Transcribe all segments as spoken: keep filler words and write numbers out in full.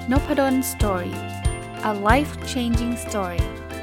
Nopadon Story. A life-changing story.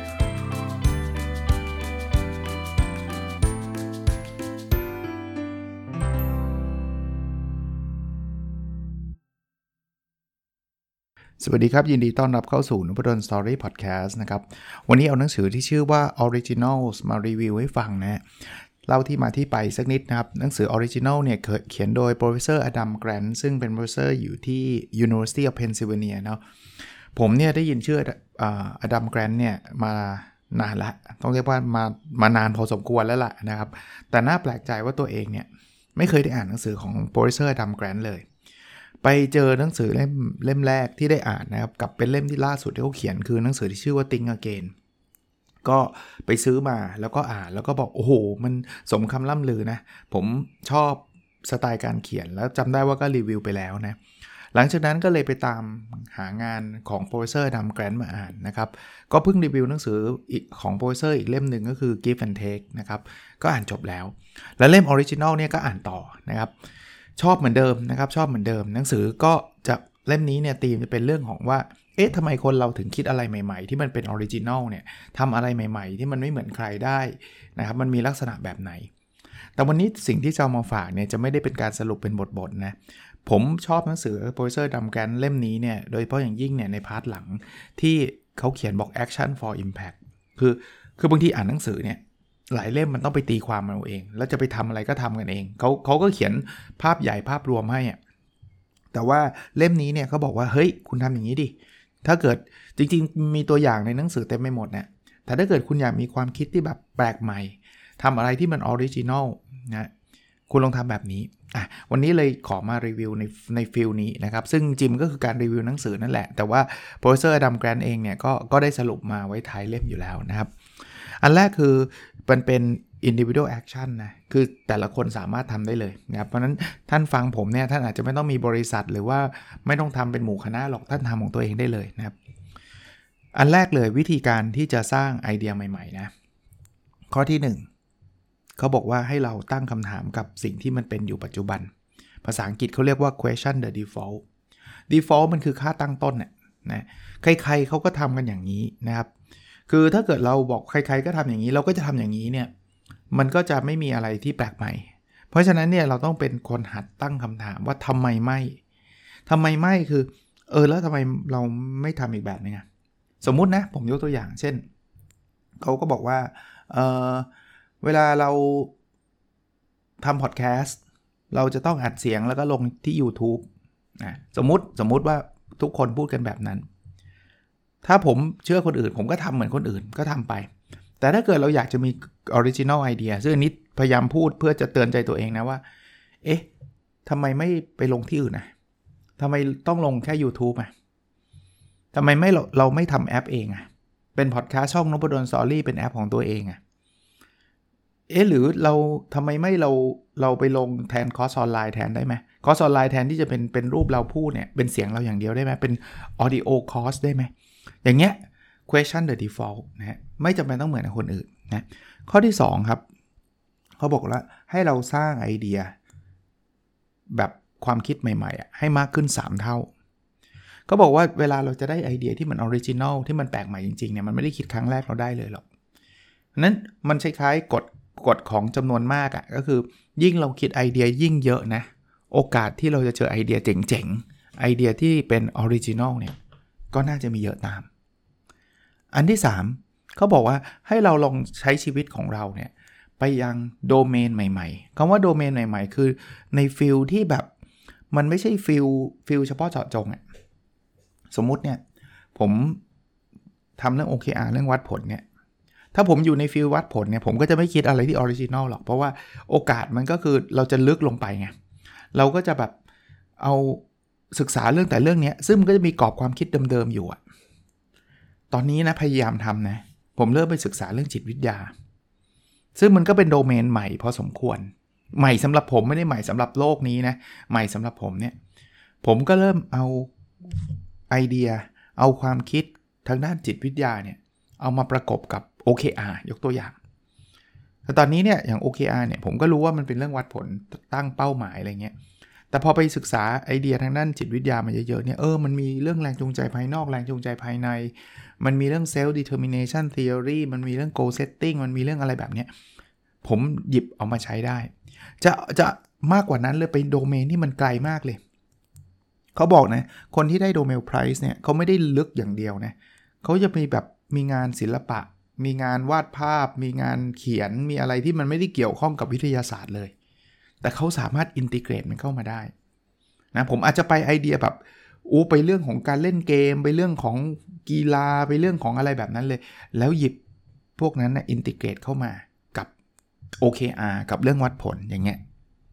สวัสดีครับยินดีต้อนรับเข้าสู่ Nopadon Story Podcast นะครับวันนี้เอาหนังสือที่ชื่อว่า Originals มารีวิวให้ฟังนะเล่าที่มาที่ไปสักนิดนะครับหนังสือ Original เนี่ยเขียนโดย Professor Adam Grant ซึ่งเป็น Professor อยู่ที่ University of Pennsylvania เนาะผมเนี่ยได้ยินชื่ออ่า Adam Grant เนี่ยมานานละต้องเรียกว่ามามานานพอสมควรแล้วล่ะนะครับแต่น่าแปลกใจว่าตัวเองเนี่ยไม่เคยได้อ่านหนังสือของ Professor Adam Grant เลยไปเจอหนังสือเล่มเล่มแรกที่ได้อ่านนะครับกับเป็นเล่มที่ล่าสุดที่เขาเขียนคือหนังสือที่ชื่อว่า Think Again ก็ไปซื้อมาแล้วก็อ่านแล้วก็บอกโอ้โหมันสมคำล่ำลือนะผมชอบสไตล์การเขียนแล้วจำได้ว่าก็รีวิวไปแล้วนะหลังจากนั้นก็เลยไปตามหางานของ Professor Adam Grant มาอ่านนะครับก็เพิ่งรีวิวหนังสืออีกของ Professor อีกเล่มหนึ่งก็คือ Give and Take นะครับก็อ่านจบแล้วแล้วเล่ม Original เนี่ยก็อ่านต่อนะครับชอบเหมือนเดิมนะครับชอบเหมือนเดิมหนังสือก็จะเล่มนี้เนี่ยธีมจะเป็นเรื่องของว่าเอ๊ะทำไมคนเราถึงคิดอะไรใหม่ๆที่มันเป็นออริจินัลเนี่ยทำอะไรใหม่ๆที่มันไม่เหมือนใครได้นะครับมันมีลักษณะแบบไหนแต่วันนี้สิ่งที่จะเอามาฝากเนี่ยจะไม่ได้เป็นการสรุปเป็นบทๆนะผมชอบหนังสือ Professor Adam Grant เล่มนี้เนี่ยโดยเฉพาะอย่างยิ่งเนี่ยในพาร์ทหลังที่เขาเขียนบอก action for impact คือคือบางทีอ่านหนังสือเนี่ยหลายเล่มมันต้องไปตีความมันเอาเองแล้วจะไปทำอะไรก็ทำกันเองเขาเขาก็เขียนภาพใหญ่ภาพรวมให้อ่ะแต่ว่าเล่มนี้เนี่ยเขาบอกว่าเฮ้ยคุณทำอย่างนี้ดิถ้าเกิดจริงๆมีตัวอย่างในหนังสือเต็มไปหมดนะแต่ถ้าเกิดคุณอยากมีความคิดที่แบบแปลกใหม่ทำอะไรที่มันออริจินอลนะคุณลองทำแบบนี้อ่ะวันนี้เลยขอมารีวิวในในฟิลนี้นะครับซึ่งจริงๆก็คือการรีวิวหนังสือนั่นแหละแต่ว่า Professor Adam Grant เองเนี่ยก็ก็ได้สรุปมาไว้ท้ายเล่มอยู่แล้วนะครับอันแรกคือมันเป็น individual action นะคือแต่ละคนสามารถทำได้เลยนะครับเพราะนั้นท่านฟังผมเนี่ยท่านอาจจะไม่ต้องมีบริษัทหรือว่าไม่ต้องทำเป็นหมู่คณะหรอกท่านทำของตัวเองได้เลยนะครับอันแรกเลยวิธีการที่จะสร้างไอเดียใหม่ๆนะข้อที่หนึ่งเขาบอกว่าให้เราตั้งคำถามกับสิ่งที่มันเป็นอยู่ปัจจุบันภาษาอังกฤษเขาเรียกว่า question the default default มันคือค่าตั้งต้นเนี่ยนะใครๆเขาก็ทำกันอย่างนี้นะครับคือถ้าเกิดเราบอกใครๆก็ทำอย่างนี้เราก็จะทำอย่างนี้เนี่ยมันก็จะไม่มีอะไรที่แปลกใหม่เพราะฉะนั้นเนี่ยเราต้องเป็นคนหัดตั้งคำถามว่าทำไมไม่ทำไมไม่คือเออแล้วทำไมเราไม่ทำอีกแบบนึงอะสมมุตินะผมยกตัวอย่างเช่นเขาก็บอกว่าเออเวลาเราทำพอดแคสต์เราจะต้องอัดเสียงแล้วก็ลงที่ YouTube นะสมมุติสมมุติว่าทุกคนพูดกันแบบนั้นถ้าผมเชื่อคนอื่นผมก็ทำเหมือนคนอื่นก็ทำไปแต่ถ้าเกิดเราอยากจะมี original idea ซึ่งอันนี้พยายามพูดเพื่อจะเตือนใจตัวเองนะว่าเอ๊ะทำไมไม่ไปลงที่อื่นนะทำไมต้องลงแค่ YouTube อ่ะทำไมไม่เราเราไม่ทำแอปเองอ่ะเป็นพอดแคสต์ช่อง Nopadon Story เป็นแอปของตัวเองอ่ะเอ๊ะหรือเราทำไมไม่เราเราไปลงแทนคอร์สออนไลน์แทนได้ไหมคอร์สออนไลน์แทนที่จะเป็นเป็นรูปเราพูดเนี่ยเป็นเสียงเราอย่างเดียวได้ไหมเป็น audio course ได้ไหมอย่างเงี้ย question the default นะฮะไม่จำเป็นต้องเหมือนกับคนอื่นนะข้อที่สองครับเขาบอกว่าให้เราสร้างไอเดียแบบความคิดใหม่ๆให้มากขึ้นสามเท่าเขาบอกว่าเวลาเราจะได้ไอเดียที่มันออริจินอลที่มันแปลกใหม่จริงๆเนี่ยมันไม่ได้คิดครั้งแรกเราได้เลยหรอกนั้นมันคล้ายๆกฎกฎของจำนวนมากอ่ะก็คือยิ่งเราคิดไอเดียยิ่งเยอะนะโอกาสที่เราจะเจอไอเดียเจ๋งๆไอเดียที่เป็นออริจินอลเนี่ยก็น่าจะมีเยอะตามอันที่สามเขาบอกว่าให้เราลองใช้ชีวิตของเราเนี่ยไปยังโดเมนใหม่ๆคำว่าโดเมนใหม่ๆคือในฟิลที่แบบมันไม่ใช่ฟิลฟิลเฉพาะเจาะจงอ่ะสมมุติเนี่ยผมทำเรื่อง โอ เค อาร์ เรื่องวัดผลเนี่ยถ้าผมอยู่ในฟิลวัดผลเนี่ยผมก็จะไม่คิดอะไรที่ออริจินอลหรอกเพราะว่าโอกาสมันก็คือเราจะลึกลงไปไงเราก็จะแบบเอาศึกษาเรื่องแต่เรื่องนี้ซึ่งมันก็จะมีกรอบความคิดเดิมๆอยู่อะตอนนี้นะพยายามทำนะผมเริ่มไปศึกษาเรื่องจิตวิทยาซึ่งมันก็เป็นโดเมนใหม่พอสมควรใหม่สำหรับผมไม่ได้ใหม่สำหรับโลกนี้นะใหม่สำหรับผมเนี่ยผมก็เริ่มเอาไอเดียเอาความคิดทางด้านจิตวิทยาเนี่ยเอามาประกบกับ โอ เค อาร์ ยกตัวอย่างแต่ตอนนี้เนี่ยอย่าง โอ เค อาร์ เนี่ยผมก็รู้ว่ามันเป็นเรื่องวัดผลตั้งเป้าหมายอะไรเงี้ยแแต่พอไปศึกษาไอเดียทางด้านจิตวิทยามาเยอะๆเนี่ยเออมันมีเรื่องแรงจูงใจภายนอกแรงจูงใจภายในมันมีเรื่อง self determination theory มันมีเรื่อง goal setting มันมีเรื่องอะไรแบบเนี้ยผมหยิบเอามาใช้ได้จะจะมากกว่านั้นเลยไปโดเมนที่มันไกลมากเลยเขาบอกนะคนที่ได้โดเมนไพรส์เนี่ยเขาไม่ได้ลึกอย่างเดียวนะเขาจะมีแบบมีงานศิลปะมีงานวาดภาพมีงานเขียนมีอะไรที่มันไม่ได้เกี่ยวข้องกับวิทยาศาสตร์เลยแต่เขาสามารถอินทิเกรตมันเข้ามาได้นะผมอาจจะไปไอเดียแบบอู้ไปเรื่องของการเล่นเกมไปเรื่องของกีฬาไปเรื่องของอะไรแบบนั้นเลยแล้วหยิบพวกนั้นนะอินทิเกรตเข้ามากับ โอ เค อาร์ กับเรื่องวัดผลอย่างเงี้ย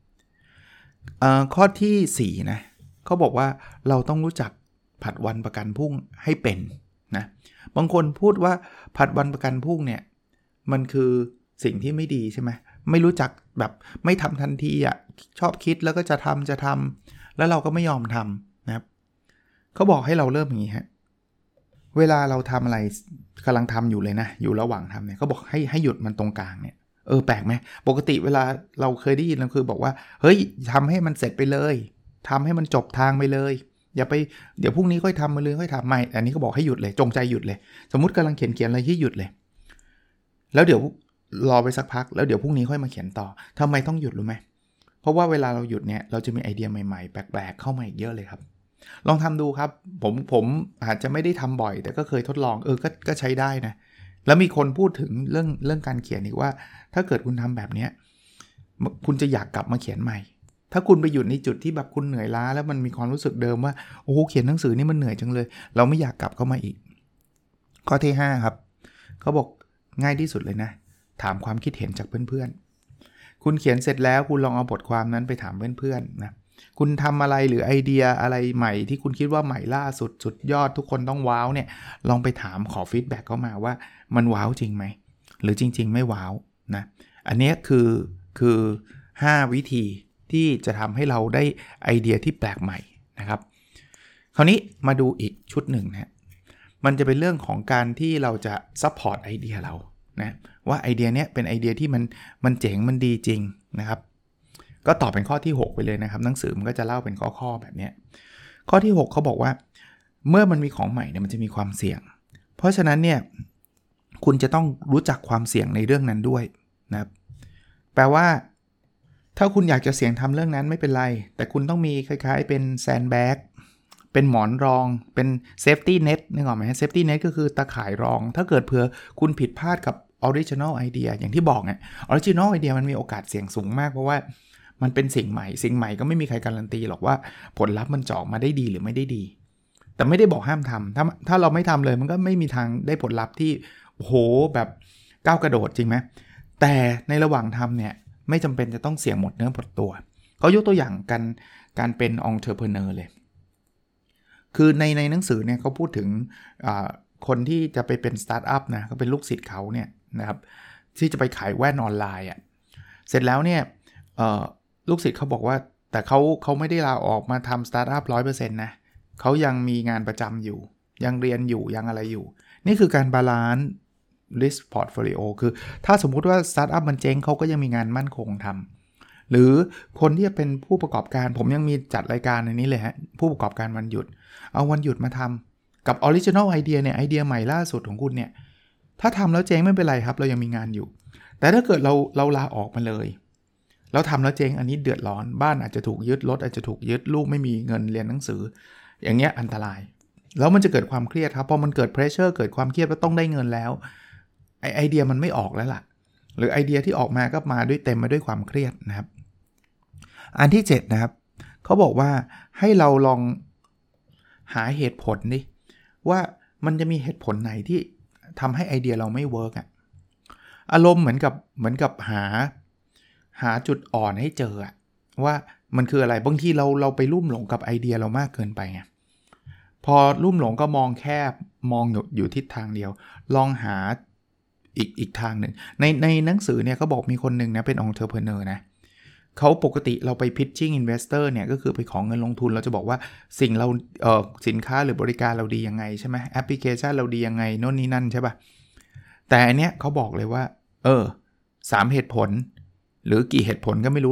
ข้อที่สี่นะเขาบอกว่าเราต้องรู้จักผัดวันประกันพรุ่งให้เป็นนะบางคนพูดว่าผัดวันประกันพรุ่งเนี่ยมันคือสิ่งที่ไม่ดีใช่ไหมไม่รู้จักแบบไม่ทำทันทีอ่ะชอบคิดแล้วก็จะทำจะทำแล้วเราก็ไม่ยอมทำนะครับเขาบอกให้เราเริ่มอย่างนี้ฮะเวลาเราทำอะไรกำลังทำอยู่เลยนะอยู่ระหว่างทำเนี่ยเขาบอกให้ให้หยุดมันตรงกลางเนี่ยเออแปลกไหมปกติเวลาเราเคยได้ยินเราคือบอกว่าเฮ้ยทำให้มันเสร็จไปเลยทำให้มันจบทางไปเลยอย่าไปเดี๋ยวพรุ่งนี้ค่อยทำมาเลยค่อยทำไม่อันนี้ก็บอกให้หยุดเลยจงใจหยุดเลยสมมุติกำลังเขียนเขียนอะไรให้หยุดเลยแล้วเดี๋ยวรอไปสักพักแล้วเดี๋ยวพรุ่งนี้ค่อยมาเขียนต่อทำไมต้องหยุดรู้ไหมเพราะว่าเวลาเราหยุดเนี่ยเราจะมีไอเดียใหม่ๆแปลกๆเข้ามาอีกเยอะเลยครับลองทำดูครับผมผมอาจจะไม่ได้ทำบ่อยแต่ก็เคยทดลองเออก็ก็ใช้ได้นะแล้วมีคนพูดถึงเรื่องเรื่องการเขียนอีกว่าถ้าเกิดคุณทำแบบนี้คุณจะอยากกลับมาเขียนใหม่ถ้าคุณไปหยุดในจุดที่แบบคุณเหนื่อยล้าแล้วมันมีความรู้สึกเดิมว่าโอ้โหเขียนหนังสือนี่มันเหนื่อยจังเลยเราไม่อยากกลับเข้ามาอีกข้อที่ห้าครับเขาบอกง่ายที่สุดเลยนะถามความคิดเห็นจากเพื่อนๆคุณเขียนเสร็จแล้วคุณลองเอาบทความนั้นไปถามเพื่อนๆนะคุณทำอะไรหรือไอเดียอะไรใหม่ที่คุณคิดว่าใหม่ล่าสุดสุดยอดทุกคนต้องว้าวเนี่ยลองไปถามขอฟีดแบ็กเข้ามาว่ามันว้าวจริงไหมหรือจริงๆไม่ว้าวนะอันนี้คือคือห้าวิธีที่จะทำให้เราได้ไอเดียที่แปลกใหม่นะครับคราวนี้มาดูอีกชุดหนึ่งนะมันจะเป็นเรื่องของการที่เราจะซัพพอร์ตไอเดียเรานะว่าไอเดียเนี้ยเป็นไอเดียที่มันมันเจ๋งมันดีจริงนะครับก็ตอบเป็นข้อที่หกไปเลยนะครับหนังสือมันก็จะเล่าเป็นข้อๆแบบนี้ข้อที่หกเขาบอกว่าเมื่อมันมีของใหม่เนี่ยมันจะมีความเสี่ยงเพราะฉะนั้นเนี่ยคุณจะต้องรู้จักความเสี่ยงในเรื่องนั้นด้วยนะครับแปลว่าถ้าคุณอยากจะเสี่ยงทำเรื่องนั้นไม่เป็นไรแต่คุณต้องมีคล้ายๆเป็นแซนด์แบ็กเป็นหมอนรองเป็นเซฟตี้เน็ตนึกออกไหมเซฟตี้เน็ตก็คือตะข่ายรองถ้าเกิดเผื่อคุณผิดพลาดกับออริจินอลไอเดียอย่างที่บอกไงออริจินอลไอเดียมันมีโอกาสเสี่ยงสูงมากเพราะว่ามันเป็นสิ่งใหม่สิ่งใหม่ก็ไม่มีใครการันตีหรอกว่าผลลัพธ์มันจะออกมาได้ดีหรือไม่ได้ดีแต่ไม่ได้บอกห้ามทำถ้าถ้าเราไม่ทำเลยมันก็ไม่มีทางได้ผลลัพธ์ที่โอ้โหแบบก้าวกระโดดจริงไหมแต่ในระหว่างทำเนี่ยไม่จำเป็นจะต้องเสี่ยงหมดเนื้อหมดตัวเขายกตัวอย่างกันการเป็น entrepreneur เลยคือในในหนังสือเนี่ยเขาพูดถึงคนที่จะไปเป็นสตาร์ทอัพนะเขาเป็นลูกศิษย์เขาเนี่ยนะครับที่จะไปขายแว่นออนไลน์อ่ะเสร็จแล้วเนี่ยลูกศิษย์เขาบอกว่าแต่เขาเขาไม่ได้ลาออกมาทำสตาร์ทอัพ ร้อยเปอร์เซ็นต์ นะเขายังมีงานประจำอยู่ยังเรียนอยู่ยังอะไรอยู่นี่คือการบาลานซ์ risk portfolio คือถ้าสมมุติว่าสตาร์ทอัพมันเจ๊งเขาก็ยังมีงานมั่นคงทำหรือคนที่จะเป็นผู้ประกอบการผมยังมีจัดรายการในนี้เลยฮะผู้ประกอบการวันหยุดเอาวันหยุดมาทำกับ original idea เนี่ยไอเดียใหม่ล่าสุดของคุณเนี่ยถ้าทำแล้วเจ๊งไม่เป็นไรครับเรายังมีงานอยู่แต่ถ้าเกิดเราเราลาออกมาเลยแล้วทำแล้วเจ๊งอันนี้เดือดร้อนบ้านอาจจะถูกยึดรถอาจจะถูกยึดลูกไม่มีเงินเรียนหนังสืออย่างเงี้ยอันตรายแล้วมันจะเกิดความเครียดครับพอมันเกิด pressure เกิดความเครียดว่าต้องได้เงินแล้วไอไอเดียมันไม่ออกแล้วล่ะหรือไอเดียที่ออกมาก็มาด้วยเต็มมาด้วยความเครียดนะครับอันที่เจ็ดนะครับเขาบอกว่าให้เราลองหาเหตุผลดิว่ามันจะมีเหตุผลไหนที่ทำให้ไอเดียเราไม่เวิร์กอ่ะอารมณ์เหมือนกับเหมือนกับหาหาจุดอ่อนให้เจออะว่ามันคืออะไรบางทีเราเราไปลุ่มหลงกับไอเดียเรามากเกินไปไงพอลุ่มหลงก็มองแคบมองอยู่อยู่ทิศทางเดียวลองหาอีกอีกทางหนึ่งในในหนังสือเนี่ยเขาบอกมีคนหนึ่งนะเป็น entrepreneur นะเขาปกติเราไป pitching investor เนี่ยก็คือไปขอเงินลงทุนเราจะบอกว่าสิ่งเราเอ่อสินค้าหรือบริการเราดียังไงใช่ไหมแอปพลิเคชันเราดียังไงโน่นนี่นั่นใช่ป่ะแต่อันเนี้ยเขาบอกเลยว่าเออสามเหตุผลหรือกี่เหตุผลก็ไม่รู้แหละ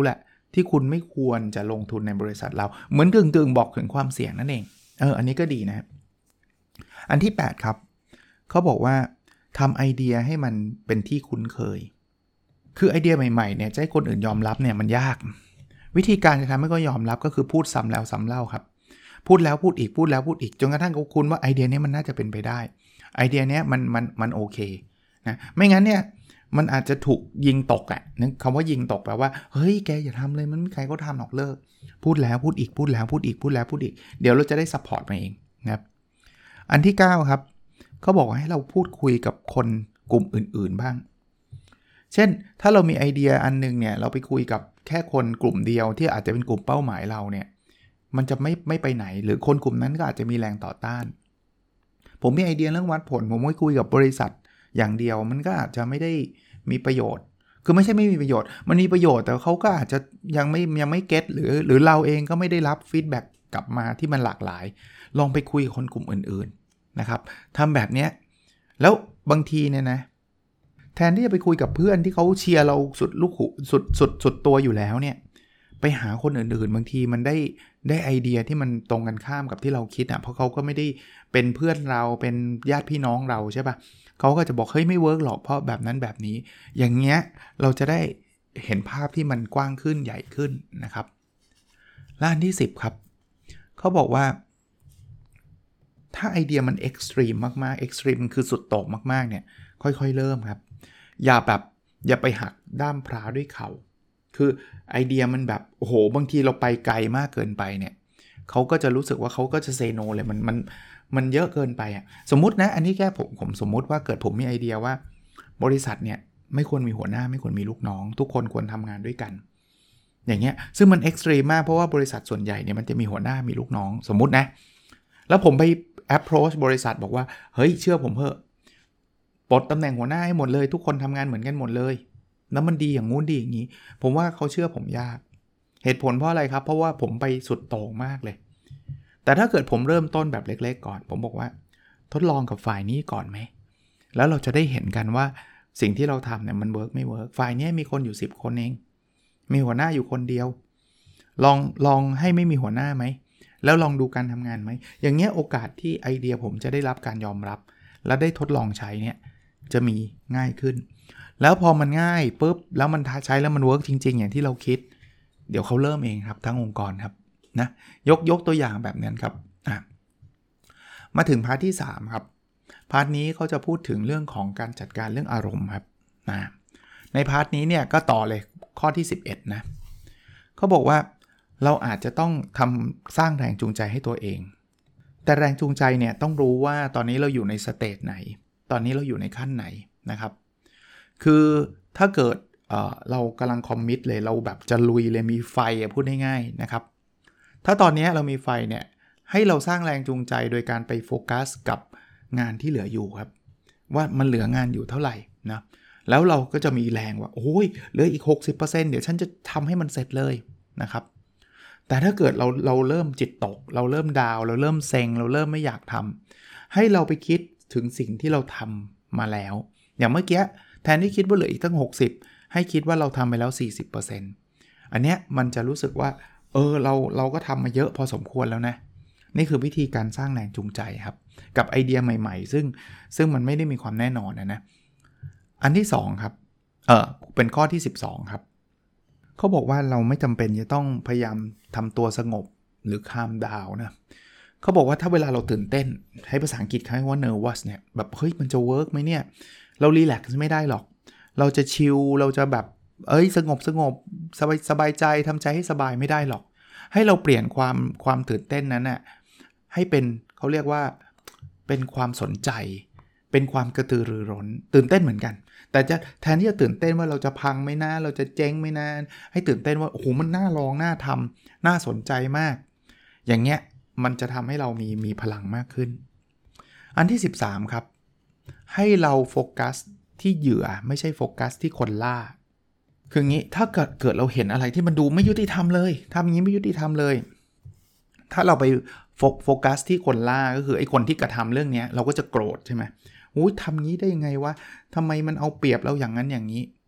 ที่คุณไม่ควรจะลงทุนในบริษัทเราเหมือนกึ่งๆบอกถึงความเสี่ยงนั่นเองเอออันนี้ก็ดีนะอันที่แปดครับเขาบอกว่าทำไอเดียให้มันเป็นที่คุ้นเคยคือไอเดียใหม่ๆเนี่ยจะให้คนอื่นยอมรับเนี่ยมันยากวิธีการจะทำให้เขายอมรับก็คือพูดซ้ำแล้วซ้ำเล่าครับพูดแล้วพูดอีกพูดแล้วพูดอีกจนกระทั่งเขาคุ้นว่าไอเดียนี้มันน่าจะเป็นไปได้ไอเดียนี้มันมันมันโอเคนะไม่งั้นเนี่ยมันอาจจะถูกยิงตกอ่ะนึกคำว่ายิงตกแปลว่าเฮ้ยแกอย่าทำเลยมันไม่มีใครเขาทำหรอกเลิกพูดแล้วพูดอีกพูดแล้วพูดอีกพูดแล้วพูดอีกเดี๋ยวเราจะได้ซัพพอร์ตมาเองนะครับอันที่เก้าครับเขาบอกว่าให้เราพูดคุยกับคนกลุ่มอื่นๆบ้างเช่นถ้าเรามีไอเดียอันนึงเนี่ยเราไปคุยกับแค่คนกลุ่มเดียวที่อาจจะเป็นกลุ่มเป้าหมายเราเนี่ยมันจะไม่ไม่ไปไหนหรือคนกลุ่มนั้นก็อาจจะมีแรงต่อต้านผมมีไอเดียเรื่องวัดผลผมไม่คุยกับบริษัทอย่างเดียวมันก็อาจจะไม่ได้มีประโยชน์คือไม่ใช่ไม่มีประโยชน์มันมีประโยชน์แต่เขาก็อาจจะยังไม่ยังไม่เก็ตหรือหรือเราเองก็ไม่ได้รับฟีดแบ็กกลับมาที่มันหลากหลายลองไปคุยกับคนกลุ่มอื่นๆนะครับทำแบบนี้แล้วบางทีเนี่ยนะแทนที่จะไปคุยกับเพื่อนที่เขาเชียร์เราสุดลูกหูสุดสุดสุดตัวอยู่แล้วเนี่ยไปหาคนอื่นๆบางทีมันได้ได้ไอเดียที่มันตรงกันข้ามกับที่เราคิดอ่ะเพราะเขาก็ไม่ได้เป็นเพื่อนเราเป็นญาติพี่น้องเราใช่ป่ะเขาก็จะบอกเฮ้ยไม่เวิร์กหรอกเพราะแบบนั้นแบบนี้อย่างเงี้ยเราจะได้เห็นภาพที่มันกว้างขึ้นใหญ่ขึ้นนะครับและอันที่สิบครับเขาบอกว่าถ้าไอเดียมันเอ็กซ์ตรีมมากๆเอ็กซ์ตรีมคือสุดโต่งมากๆเนี่ยค่อยๆเริ่มครับอย่าแบบอย่าไปหักด้ามพร้าวด้วยเข่าคือไอเดียมันแบบโอ้โหบางทีเราไปไกลมากเกินไปเนี่ยเขาก็จะรู้สึกว่าเขาก็จะเซโนเลยมันมันมันเยอะเกินไปอ่ะสมมุตินะอันนี้แค่ผมผมสมมุติว่าเกิดผมมีไอเดียว่าบริษัทเนี่ยไม่ควรมีหัวหน้าไม่ควรมีลูกน้องทุกคนควรทำงานด้วยกันอย่างเงี้ยซึ่งมันเอ็กซ์ตรีมมากเพราะว่าบริษัทส่วนใหญ่เนี่ยมันจะมีหัวหน้ามีลูกน้องสมมุตินะแล้วผมไป approach บริษัทบอกว่าเฮ้ยเชื่อผมเถอะปลดตำแหน่งหัวหน้าให้หมดเลยทุกคนทำงานเหมือนกันหมดเลยแล้วมันดีอย่างงู้นดีอย่างนี้ผมว่าเขาเชื่อผมยากเหตุผลเพราะอะไรครับเพราะว่าผมไปสุดโต่งมากเลยแต่ถ้าเกิดผมเริ่มต้นแบบเล็กๆก่อนผมบอกว่าทดลองกับฝ่ายนี้ก่อนไหมแล้วเราจะได้เห็นกันว่าสิ่งที่เราทำเนี่ยมันเวิร์กไม่เวิร์กฝ่ายนี้มีคนอยู่สิบคนเองมีหัวหน้าอยู่คนเดียวลองลองให้ไม่มีหัวหน้าไหมแล้วลองดูการทำงานไหมอย่างเงี้ยโอกาสที่ไอเดียผมจะได้รับการยอมรับและได้ทดลองใช้เนี่ยจะมีง่ายขึ้นแล้วพอมันง่ายปุ๊บแล้วมันใช้แล้วมันเวิร์กจริงๆอย่างที่เราคิดเดี๋ยวเขาเริ่มเองครับทั้งองค์กรครับนะยกยกตัวอย่างแบบนั้นครับอ่ะมาถึงพาร์ทที่สามครับพาร์ทนี้เขาจะพูดถึงเรื่องของการจัดการเรื่องอารมณ์ครับนะในพาร์ทนี้เนี่ยก็ต่อเลยข้อที่สิบเอ็ดนะเขาบอกว่าเราอาจจะต้องทำสร้างแรงจูงใจให้ตัวเองแต่แรงจูงใจเนี่ยต้องรู้ว่าตอนนี้เราอยู่ในสเตจไหนตอนนี้เราอยู่ในขั้นไหนนะครับคือถ้าเกิด เอ่อ เรากำลังคอมมิตเลยเราแบบจะลุยเลยมีไฟพูดง่ายๆนะครับถ้าตอนนี้เรามีไฟเนี่ยให้เราสร้างแรงจูงใจโดยการไปโฟกัสกับงานที่เหลืออยู่ครับว่ามันเหลืองานอยู่เท่าไหร่นะแล้วเราก็จะมีแรงว่าโอ้ยเหลืออีก หกสิบเปอร์เซ็นต์ เดี๋ยวฉันจะทำให้มันเสร็จเลยนะครับแต่ถ้าเกิดเราเราเริ่มจิตตกเราเริ่มดาวเราเริ่มเซ็งเราเริ่มไม่อยากทำให้เราไปคิดถึงสิ่งที่เราทำมาแล้วอย่างเมื่อกี้แทนที่คิดว่าเหลืออีกตั้งหกสิบให้คิดว่าเราทำไปแล้ว สี่สิบเปอร์เซ็นต์ อันเนี้ยมันจะรู้สึกว่าเออเราเราก็ทำมาเยอะพอสมควรแล้วนะนี่คือวิธีการสร้างแรงจูงใจครับกับไอเดียใหม่ๆซึ่งซึ่งมันไม่ได้มีความแน่นอนนะนะอันที่สองครับเออเป็นข้อที่สิบสองครับเขาบอกว่าเราไม่จำเป็นจะต้องพยายามทำตัวสงบหรือ calm down นะเขาบอกว่าถ้าเวลาเราตื่นเต้นให้ภาษาอังกฤษเขาเรียกว่า nervous เนี่ยแบบเฮ้ยมันจะ work ไหมเนี่ยเรา relax ไม่ได้หรอกเราจะชิลเราจะแบบเอ้ยสงบสงบสบายสบายใจทำใจให้สบายไม่ได้หรอกให้เราเปลี่ยนความความตื่นเต้นนั้นน่ะให้เป็นเขาเรียกว่าเป็นความสนใจเป็นความกระตือรือร้นตื่นเต้นเหมือนกันแต่จะแทนที่จะตื่นเต้นว่าเราจะพังไหมนะเราจะเจ๊งไหมนะให้ตื่นเต้นว่าโอ้โหมันน่าลองน่าทำน่าสนใจมากอย่างเงี้ยมันจะทำให้เรามีมีพลังมากขึ้นอันที่สิบสามครับให้เราโฟกัสที่เหยื่อไม่ใช่โฟกัสที่คนล่าคืองี้ถ้าเกิดเกิดเราเห็นอะไรที่มันดูไม่ยุติธรรมเลยทำอย่างนี้ไม่ยุติธรรมเลยถ้าเราไปโฟโฟกัสที่คนล่าก็คือไอ้คนที่กระทำเรื่องนี้เราก็จะโกรธใช่ไหมโอ้ยทำงี้ได้ยังไงวะทำไมมันเอาเปรียบเราอย่างนั้นอย่างนี้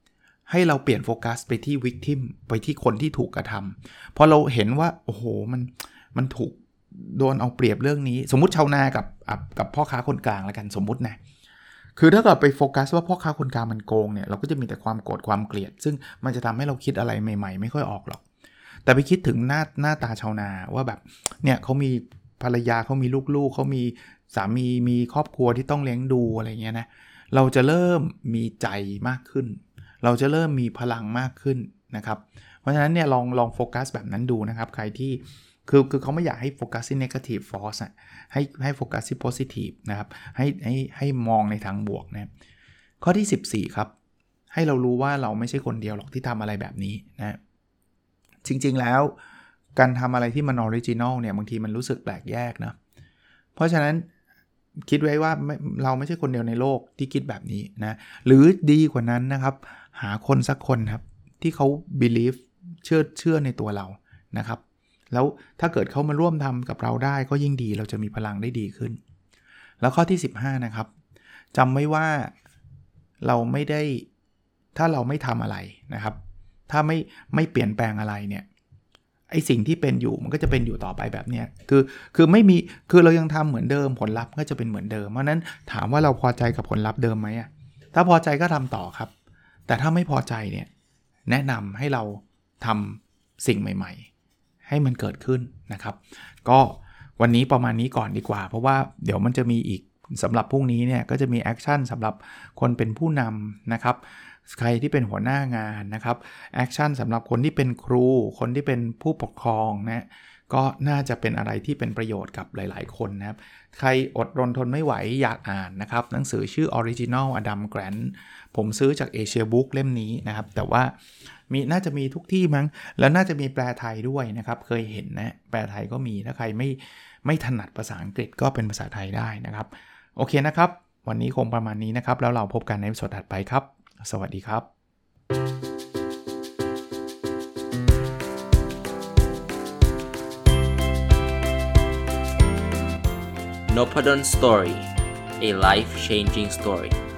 ให้เราเปลี่ยนโฟกัสไปที่ victim ไปที่คนที่ถูกกระทำพอเราเห็นว่าโอ้โหมันมันถูกโดนเอาเปรียบเรื่องนี้สมมุติชาวนากับกับพ่อค้าคนกลางแล้วกันสมมุตินะคือถ้าเกิดไปโฟกัสว่าพ่อค้าคนกลางมันโกงเนี่ยเราก็จะมีแต่ความโกรธความเกลียดซึ่งมันจะทำให้เราคิดอะไรใหม่ๆไม่ค่อยออกหรอกแต่ไปคิดถึงหน้าหน้าตาชาวนาว่าแบบเนี่ยเขามีภรรยาเขามีลูกๆเขามีสามีมีครอบครัวที่ต้องเลี้ยงดูอะไรเงี้ยนะเราจะเริ่มมีใจมากขึ้นเราจะเริ่มมีพลังมากขึ้นนะครับเพราะฉะนั้นเนี่ยลองลองโฟกัสแบบนั้นดูนะครับใครที่คือคือเขาไม่อยากให้โฟกัสที่ negative force อ่ะให้ให้โฟกัสที่ positive นะครับให้ให้ให้มองในทางบวกนะข้อที่สิบสี่ครับให้เรารู้ว่าเราไม่ใช่คนเดียวหรอกที่ทำอะไรแบบนี้นะจริงๆแล้วการทำอะไรที่มันออริจินอลเนี่ยบางทีมันรู้สึกแปลกแยกนะเพราะฉะนั้นคิดไว้ว่าเราไม่ใช่คนเดียวในโลกที่คิดแบบนี้นะหรือดีกว่านั้นนะครับหาคนสักคนครับที่เขา believe เชื่อเชื่อในตัวเรานะครับแล้วถ้าเกิดเขามาร่วมทำกับเราได้ก็ยิ่งดีเราจะมีพลังได้ดีขึ้นแล้วข้อที่สิบห้านะครับจำไว้ว่าเราไม่ได้ถ้าเราไม่ทำอะไรนะครับถ้าไม่ไม่เปลี่ยนแปลงอะไรเนี่ยไอสิ่งที่เป็นอยู่มันก็จะเป็นอยู่ต่อไปแบบเนี้ยคือคือไม่มีคือเรายังทำเหมือนเดิมผลลัพธ์ก็จะเป็นเหมือนเดิมเพราะนั้นถามว่าเราพอใจกับผลลัพธ์เดิมไหมอ่ะถ้าพอใจก็ทำต่อครับแต่ถ้าไม่พอใจเนี่ยแนะนำให้เราทำสิ่งใหม่ๆให้มันเกิดขึ้นนะครับก็วันนี้ประมาณนี้ก่อนดีกว่าเพราะว่าเดี๋ยวมันจะมีอีกสำหรับพรุ่งนี้เนี่ยก็จะมีแอคชั่นสำหรับคนเป็นผู้นำนะครับใครที่เป็นหัวหน้างานนะครับแอคชั่นสำหรับคนที่เป็นครูคนที่เป็นผู้ปกครองนะก็น่าจะเป็นอะไรที่เป็นประโยชน์กับหลายๆคนนะครับใครอดรนทนไม่ไหวอยากอ่านนะครับหนังสือชื่อ Original Adam Grant ผมซื้อจาก Asia Book เล่มนี้นะครับแต่ว่ามีน่าจะมีทุกที่มั้งแล้วน่าจะมีแปลไทยด้วยนะครับเคยเห็นนะแปลไทยก็มีถ้าใครไม่ไม่ถนัดภาษาอังกฤษก็เป็นภาษาไทยได้นะครับโอเคนะครับวันนี้คงประมาณนี้นะครับแล้วเราพบกันในสดถัดไปครับสวัสดีครับ Nopadon Story, a life-changing story.